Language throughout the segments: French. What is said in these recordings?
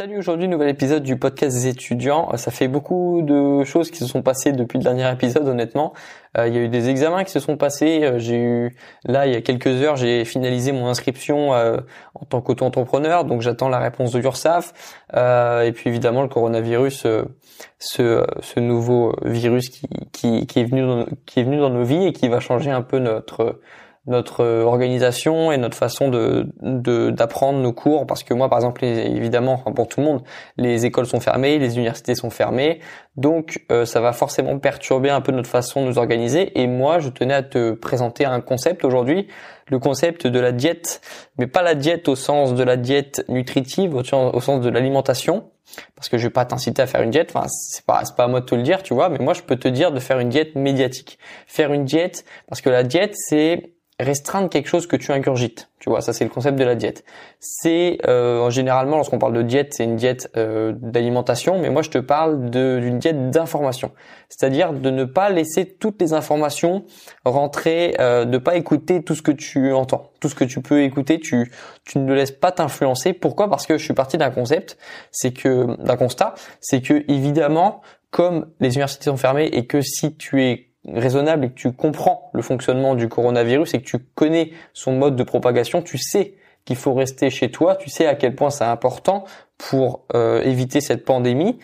Salut, aujourd'hui nouvel épisode du podcast des étudiants. Ça fait beaucoup de choses qui se sont passées depuis le dernier épisode, honnêtement. Il y a eu des examens qui se sont passés. Il y a quelques heures, j'ai finalisé mon inscription en tant qu'auto-entrepreneur, donc j'attends la réponse de l'URSSAF. Et puis évidemment le coronavirus, ce nouveau virus qui est venu dans nos vies et qui va changer un peu notre organisation et notre façon d'apprendre nos cours, parce que moi par exemple évidemment pour tout le monde les écoles sont fermées, les universités sont fermées, donc ça va forcément perturber un peu notre façon de nous organiser. Et moi je tenais à te présenter un concept aujourd'hui, le concept de la diète, mais pas la diète au sens de la diète nutritive, au sens de l'alimentation, parce que je vais pas t'inciter à faire une diète, enfin c'est pas à moi de te le dire, tu vois, mais moi je peux te dire de faire une diète médiatique. Faire une diète, parce que la diète c'est restreindre quelque chose que tu ingurgites, tu vois, ça c'est le concept de la diète. C'est généralement lorsqu'on parle de diète, c'est une diète d'alimentation, mais moi je te parle d'une diète d'information, c'est-à-dire de ne pas laisser toutes les informations rentrer, de pas écouter tout ce que tu entends, tout ce que tu peux écouter, tu ne le laisses pas t'influencer. Pourquoi ? Parce que je suis parti d'un constat, c'est que évidemment, comme les universités sont fermées et que si tu es raisonnable et que tu comprends le fonctionnement du coronavirus et que tu connais son mode de propagation, tu sais qu'il faut rester chez toi, tu sais à quel point c'est important pour éviter cette pandémie.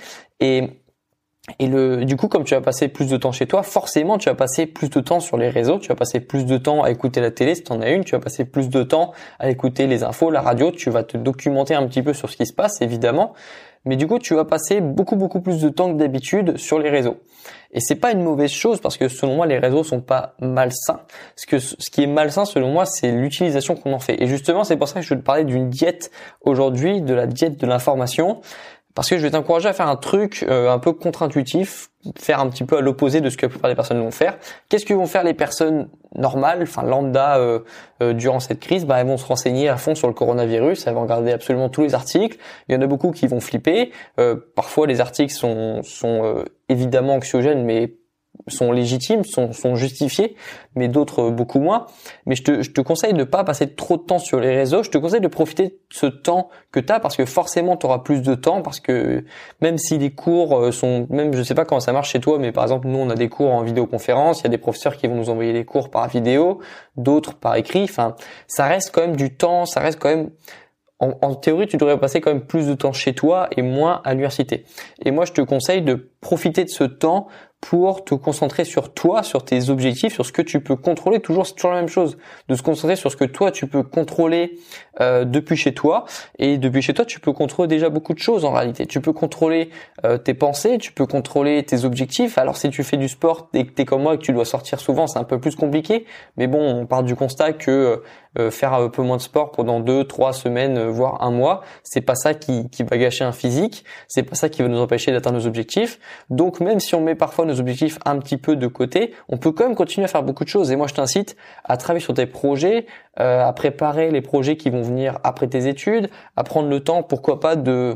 Du coup, comme tu vas passer plus de temps chez toi, forcément tu vas passer plus de temps sur les réseaux, tu vas passer plus de temps à écouter la télé si tu en as une, tu vas passer plus de temps à écouter les infos, la radio, tu vas te documenter un petit peu sur ce qui se passe évidemment, mais du coup tu vas passer beaucoup plus de temps que d'habitude sur les réseaux. Et c'est pas une mauvaise chose, parce que selon moi les réseaux sont pas malsains. Ce qui est malsain selon moi, c'est l'utilisation qu'on en fait. Et justement c'est pour ça que je veux te parler d'une diète aujourd'hui, de la diète de l'information. Parce que je vais t'encourager à faire un truc un peu contre-intuitif, faire un petit peu à l'opposé de ce que la plupart des personnes vont faire. Qu'est-ce que vont faire les personnes normales, enfin lambda, durant cette crise ? Elles vont se renseigner à fond sur le coronavirus, elles vont regarder absolument tous les articles. Il y en a beaucoup qui vont flipper. Parfois les articles sont évidemment anxiogènes, mais sont légitimes, sont justifiés, mais d'autres beaucoup moins. Mais je te conseille de ne pas passer trop de temps sur les réseaux. Je te conseille de profiter de ce temps que tu as, parce que forcément tu auras plus de temps, parce que même si les cours je sais pas comment ça marche chez toi, mais par exemple nous on a des cours en vidéoconférence, il y a des professeurs qui vont nous envoyer des cours par vidéo, d'autres par écrit, enfin ça reste quand même du temps, ça reste quand même en théorie, tu devrais passer quand même plus de temps chez toi et moins à l'université. Et moi, je te conseille de profiter de ce temps pour te concentrer sur toi, sur tes objectifs, sur ce que tu peux contrôler. C'est toujours la même chose. De se concentrer sur ce que toi, tu peux contrôler depuis chez toi. Et depuis chez toi, tu peux contrôler déjà beaucoup de choses en réalité. Tu peux contrôler tes pensées, tu peux contrôler tes objectifs. Alors si tu fais du sport et que t'es comme moi et que tu dois sortir souvent, c'est un peu plus compliqué. Mais bon, on part du constat que faire un peu moins de sport pendant 2-3 semaines, voire un mois, c'est pas ça qui va gâcher un physique, c'est pas ça qui va nous empêcher d'atteindre nos objectifs. Donc même si on met parfois nos objectifs un petit peu de côté, on peut quand même continuer à faire beaucoup de choses. Et moi je t'incite à travailler sur tes projets, à préparer les projets qui vont venir après tes études, à prendre le temps, pourquoi pas de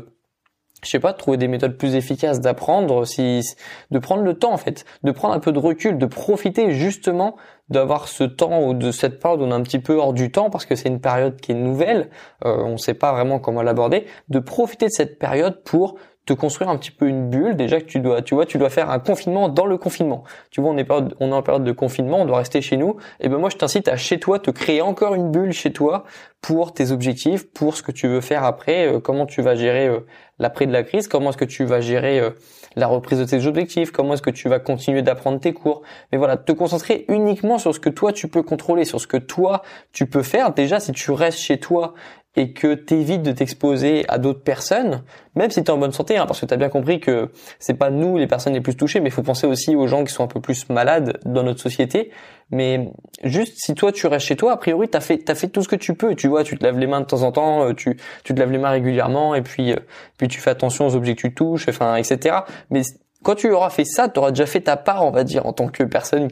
trouver des méthodes plus efficaces d'apprendre, de prendre le temps en fait, de prendre un peu de recul, de profiter justement d'avoir ce temps ou de cette période où on est un petit peu hors du temps, parce que c'est une période qui est nouvelle, on ne sait pas vraiment comment l'aborder, de profiter de cette période pour te construire un petit peu une bulle. Déjà que tu dois faire un confinement dans le confinement. Tu vois, on est en période de confinement, on doit rester chez nous. Et ben moi, je t'incite à chez toi te créer encore une bulle chez toi pour tes objectifs, pour ce que tu veux faire après, comment tu vas gérer l'après de la crise, comment est-ce que tu vas gérer la reprise de tes objectifs, comment est-ce que tu vas continuer d'apprendre tes cours. Mais voilà, te concentrer uniquement sur ce que toi tu peux contrôler, sur ce que toi tu peux faire. Déjà, si tu restes chez toi et que t'évites de t'exposer à d'autres personnes, même si t'es en bonne santé, parce que t'as bien compris que c'est pas nous les personnes les plus touchées, mais il faut penser aussi aux gens qui sont un peu plus malades dans notre société. Mais juste, si toi tu restes chez toi, a priori t'as fait tout ce que tu peux, tu vois, tu te laves les mains de temps en temps, tu te laves les mains régulièrement, et puis tu fais attention aux objets que tu touches, enfin, etc. Mais quand tu auras fait ça, tu auras déjà fait ta part, on va dire, en tant que personne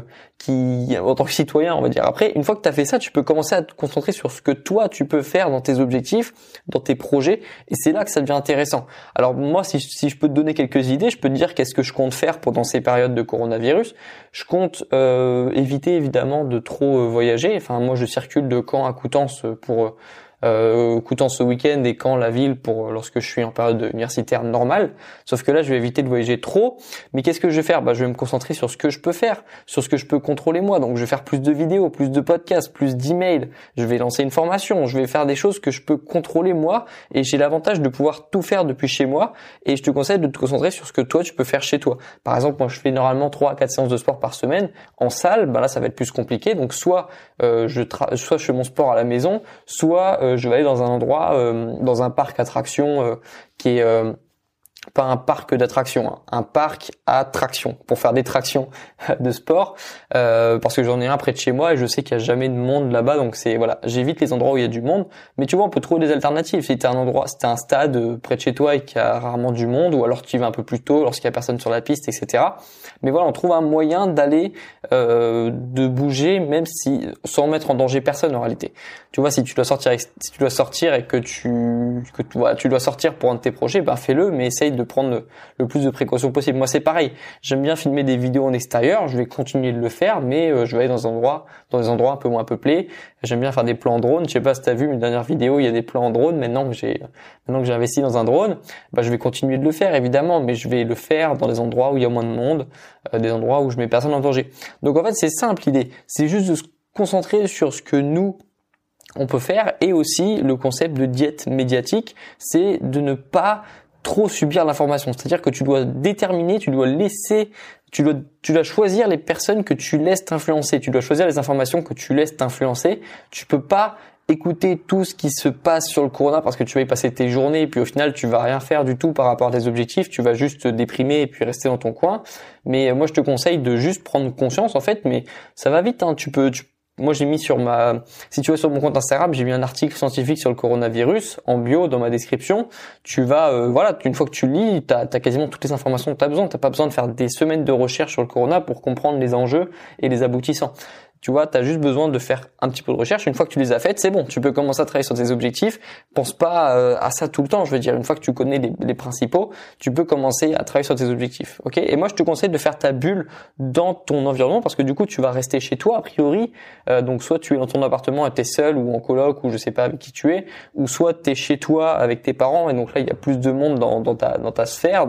en tant que citoyen, on va dire. Après, une fois que tu as fait ça, tu peux commencer à te concentrer sur ce que toi, tu peux faire dans tes objectifs, dans tes projets, et c'est là que ça devient intéressant. Alors moi, si je peux te donner quelques idées, je peux te dire qu'est-ce que je compte faire pendant ces périodes de coronavirus. Je compte éviter évidemment de trop voyager. Enfin, moi, je circule de Caen à Coutances pour coûtant ce week-end et quand la ville pour lorsque je suis en période universitaire normale. Sauf que là, je vais éviter de voyager trop. Mais qu'est-ce que je vais faire? Je vais me concentrer sur ce que je peux faire, sur ce que je peux contrôler moi. Donc, je vais faire plus de vidéos, plus de podcasts, plus d'emails. Je vais lancer une formation. Je vais faire des choses que je peux contrôler moi. Et j'ai l'avantage de pouvoir tout faire depuis chez moi. Et je te conseille de te concentrer sur ce que toi, tu peux faire chez toi. Par exemple, moi, je fais normalement 3 à 4 séances de sport par semaine. En salle, là, ça va être plus compliqué. Donc, soit je fais mon sport à la maison, soit je vais aller dans un endroit, dans un parc attraction qui est pas un parc d'attractions, hein, un parc à traction pour faire des tractions de sport parce que j'en ai un près de chez moi et je sais qu'il y a jamais de monde là-bas, donc j'évite les endroits où il y a du monde. Mais tu vois, on peut trouver des alternatives. Si t'as un stade près de chez toi et qu'il y a rarement du monde, ou alors tu y vas un peu plus tôt lorsqu'il y a personne sur la piste, etc. Mais voilà, on trouve un moyen d'aller de bouger, même si sans mettre en danger personne en réalité. Tu vois, si tu dois sortir et que tu dois sortir pour un de tes projets, fais-le, mais essaye de prendre le plus de précautions possible. Moi, c'est pareil. J'aime bien filmer des vidéos en extérieur. Je vais continuer de le faire, mais je vais aller dans des endroits un peu moins peuplés. J'aime bien faire des plans en drone. Je sais pas si t'as vu mes dernières vidéos, il y a des plans en drone. Maintenant que j'ai investi dans un drone, je vais continuer de le faire, évidemment, mais je vais le faire dans des endroits où il y a moins de monde, des endroits où je mets personne en danger. Donc, en fait, c'est simple l'idée. C'est juste de se concentrer sur ce que nous, on peut faire. Et aussi, le concept de diète médiatique, c'est de ne pas trop subir l'information. C'est-à-dire que tu dois déterminer, tu dois choisir les personnes que tu laisses t'influencer. Tu dois choisir les informations que tu laisses t'influencer. Tu peux pas écouter tout ce qui se passe sur le corona parce que tu vas y passer tes journées et puis au final tu vas rien faire du tout par rapport à tes objectifs. Tu vas juste te déprimer et puis rester dans ton coin. Mais moi, je te conseille de juste prendre conscience en fait. Mais ça va vite, hein. Moi, j'ai mis si tu vas sur mon compte Instagram, j'ai mis un article scientifique sur le coronavirus en bio dans ma description. Tu vas, une fois que tu lis, t'as quasiment toutes les informations que t'as besoin. T'as pas besoin de faire des semaines de recherche sur le corona pour comprendre les enjeux et les aboutissants. Tu vois, t'as juste besoin de faire un petit peu de recherche. Une fois que tu les as faites, c'est bon. Tu peux commencer à travailler sur tes objectifs. Pense pas à ça tout le temps. Je veux dire, une fois que tu connais les principaux, tu peux commencer à travailler sur tes objectifs. Ok? Et moi, je te conseille de faire ta bulle dans ton environnement parce que du coup, tu vas rester chez toi a priori. Donc, soit tu es dans ton appartement et t'es seul ou en coloc ou je sais pas avec qui tu es, ou soit t'es chez toi avec tes parents et donc là, il y a plus de monde dans ta sphère,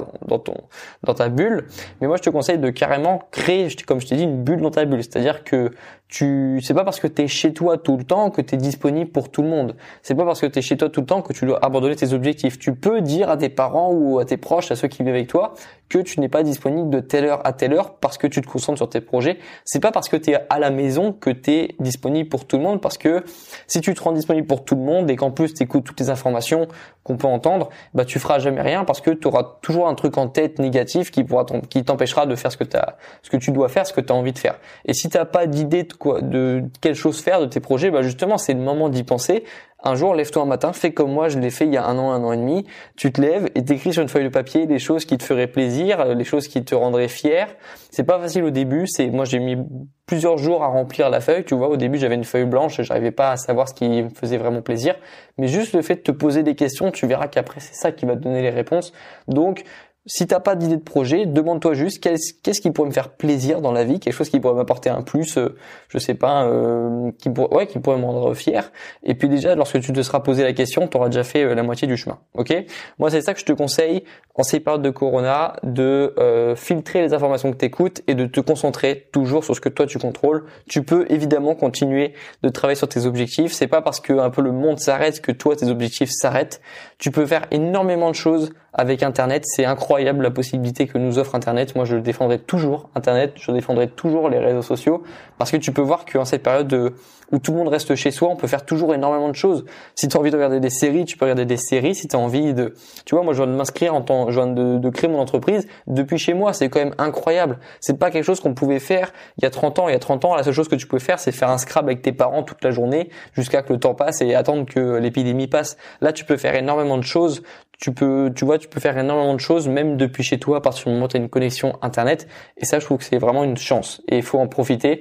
dans ta bulle. Mais moi, je te conseille de carrément créer, comme je t'ai dit, une bulle dans ta bulle. C'est-à-dire que c'est pas parce que t'es chez toi tout le temps que t'es disponible pour tout le monde. C'est pas parce que t'es chez toi tout le temps que tu dois abandonner tes objectifs. Tu peux dire à tes parents ou à tes proches, à ceux qui vivent avec toi, que tu n'es pas disponible de telle heure à telle heure parce que tu te concentres sur tes projets. C'est pas parce que t'es à la maison que t'es disponible pour tout le monde, parce que si tu te rends disponible pour tout le monde et qu'en plus t'écoutes toutes les informations qu'on peut entendre, tu feras jamais rien parce que tu auras toujours un truc en tête négatif qui t'empêchera de faire ce que tu dois faire, ce que tu as envie de faire. Et si t'as pas d'idée de quelle chose faire de tes projets, justement, c'est le moment d'y penser. Un jour, lève-toi un matin, fais comme moi, je l'ai fait il y a un an et demi. Tu te lèves et t'écris sur une feuille de papier les choses qui te feraient plaisir, les choses qui te rendraient fier. C'est pas facile au début. Moi, j'ai mis plusieurs jours à remplir la feuille. Tu vois, au début, j'avais une feuille blanche, j'arrivais pas à savoir ce qui me faisait vraiment plaisir. Mais juste le fait de te poser des questions, tu verras qu'après, c'est ça qui va te donner les réponses. Donc, si t'as pas d'idée de projet, demande-toi juste qu'est-ce qui pourrait me faire plaisir dans la vie, quelque chose qui pourrait m'apporter un plus, je sais pas, qui pourrait me rendre fier. Et puis déjà, lorsque tu te seras posé la question, tu auras déjà fait la moitié du chemin. Ok? Moi, c'est ça que je te conseille en ces périodes de corona, de filtrer les informations que t'écoutes et de te concentrer toujours sur ce que toi tu contrôles. Tu peux évidemment continuer de travailler sur tes objectifs. C'est pas parce que un peu le monde s'arrête que toi tes objectifs s'arrêtent. Tu peux faire énormément de choses avec Internet. C'est incroyable la possibilité que nous offre Internet. Moi, je défendrai toujours Internet, je défendrai toujours les réseaux sociaux parce que tu peux voir qu'en cette période où tout le monde reste chez soi, on peut faire toujours énormément de choses. Si tu as envie de regarder des séries, tu peux regarder des séries. Si tu as envie tu vois, moi, je viens de m'inscrire je viens de créer mon entreprise depuis chez moi. C'est quand même incroyable. C'est pas quelque chose qu'on pouvait faire il y a 30 ans. Il y a 30 ans, la seule chose que tu pouvais faire, c'est faire un Scrabble avec tes parents toute la journée jusqu'à que le temps passe et attendre que l'épidémie passe. Là, tu peux faire énormément de choses. Tu peux faire énormément de choses même depuis chez toi à partir du moment où tu as une connexion Internet. Et ça, je trouve que c'est vraiment une chance et il faut en profiter.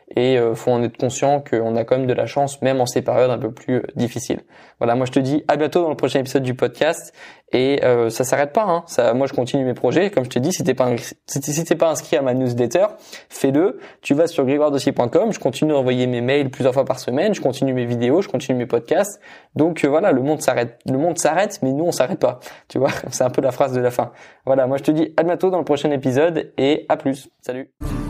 et faut en être conscient qu'on a quand même de la chance même en ces périodes un peu plus difficiles. Voilà, moi je te dis à bientôt dans le prochain épisode du podcast et ça s'arrête pas hein. Ça, moi je continue mes projets, comme je te dis, si t'es pas inscrit à ma newsletter, fais-le. Tu vas sur grégoiredossier.com, je continue d'envoyer mes mails plusieurs fois par semaine, je continue mes vidéos, je continue mes podcasts. Donc voilà, le monde s'arrête, mais nous on s'arrête pas. Tu vois, c'est un peu la phrase de la fin. Voilà, moi je te dis à bientôt dans le prochain épisode et à plus. Salut.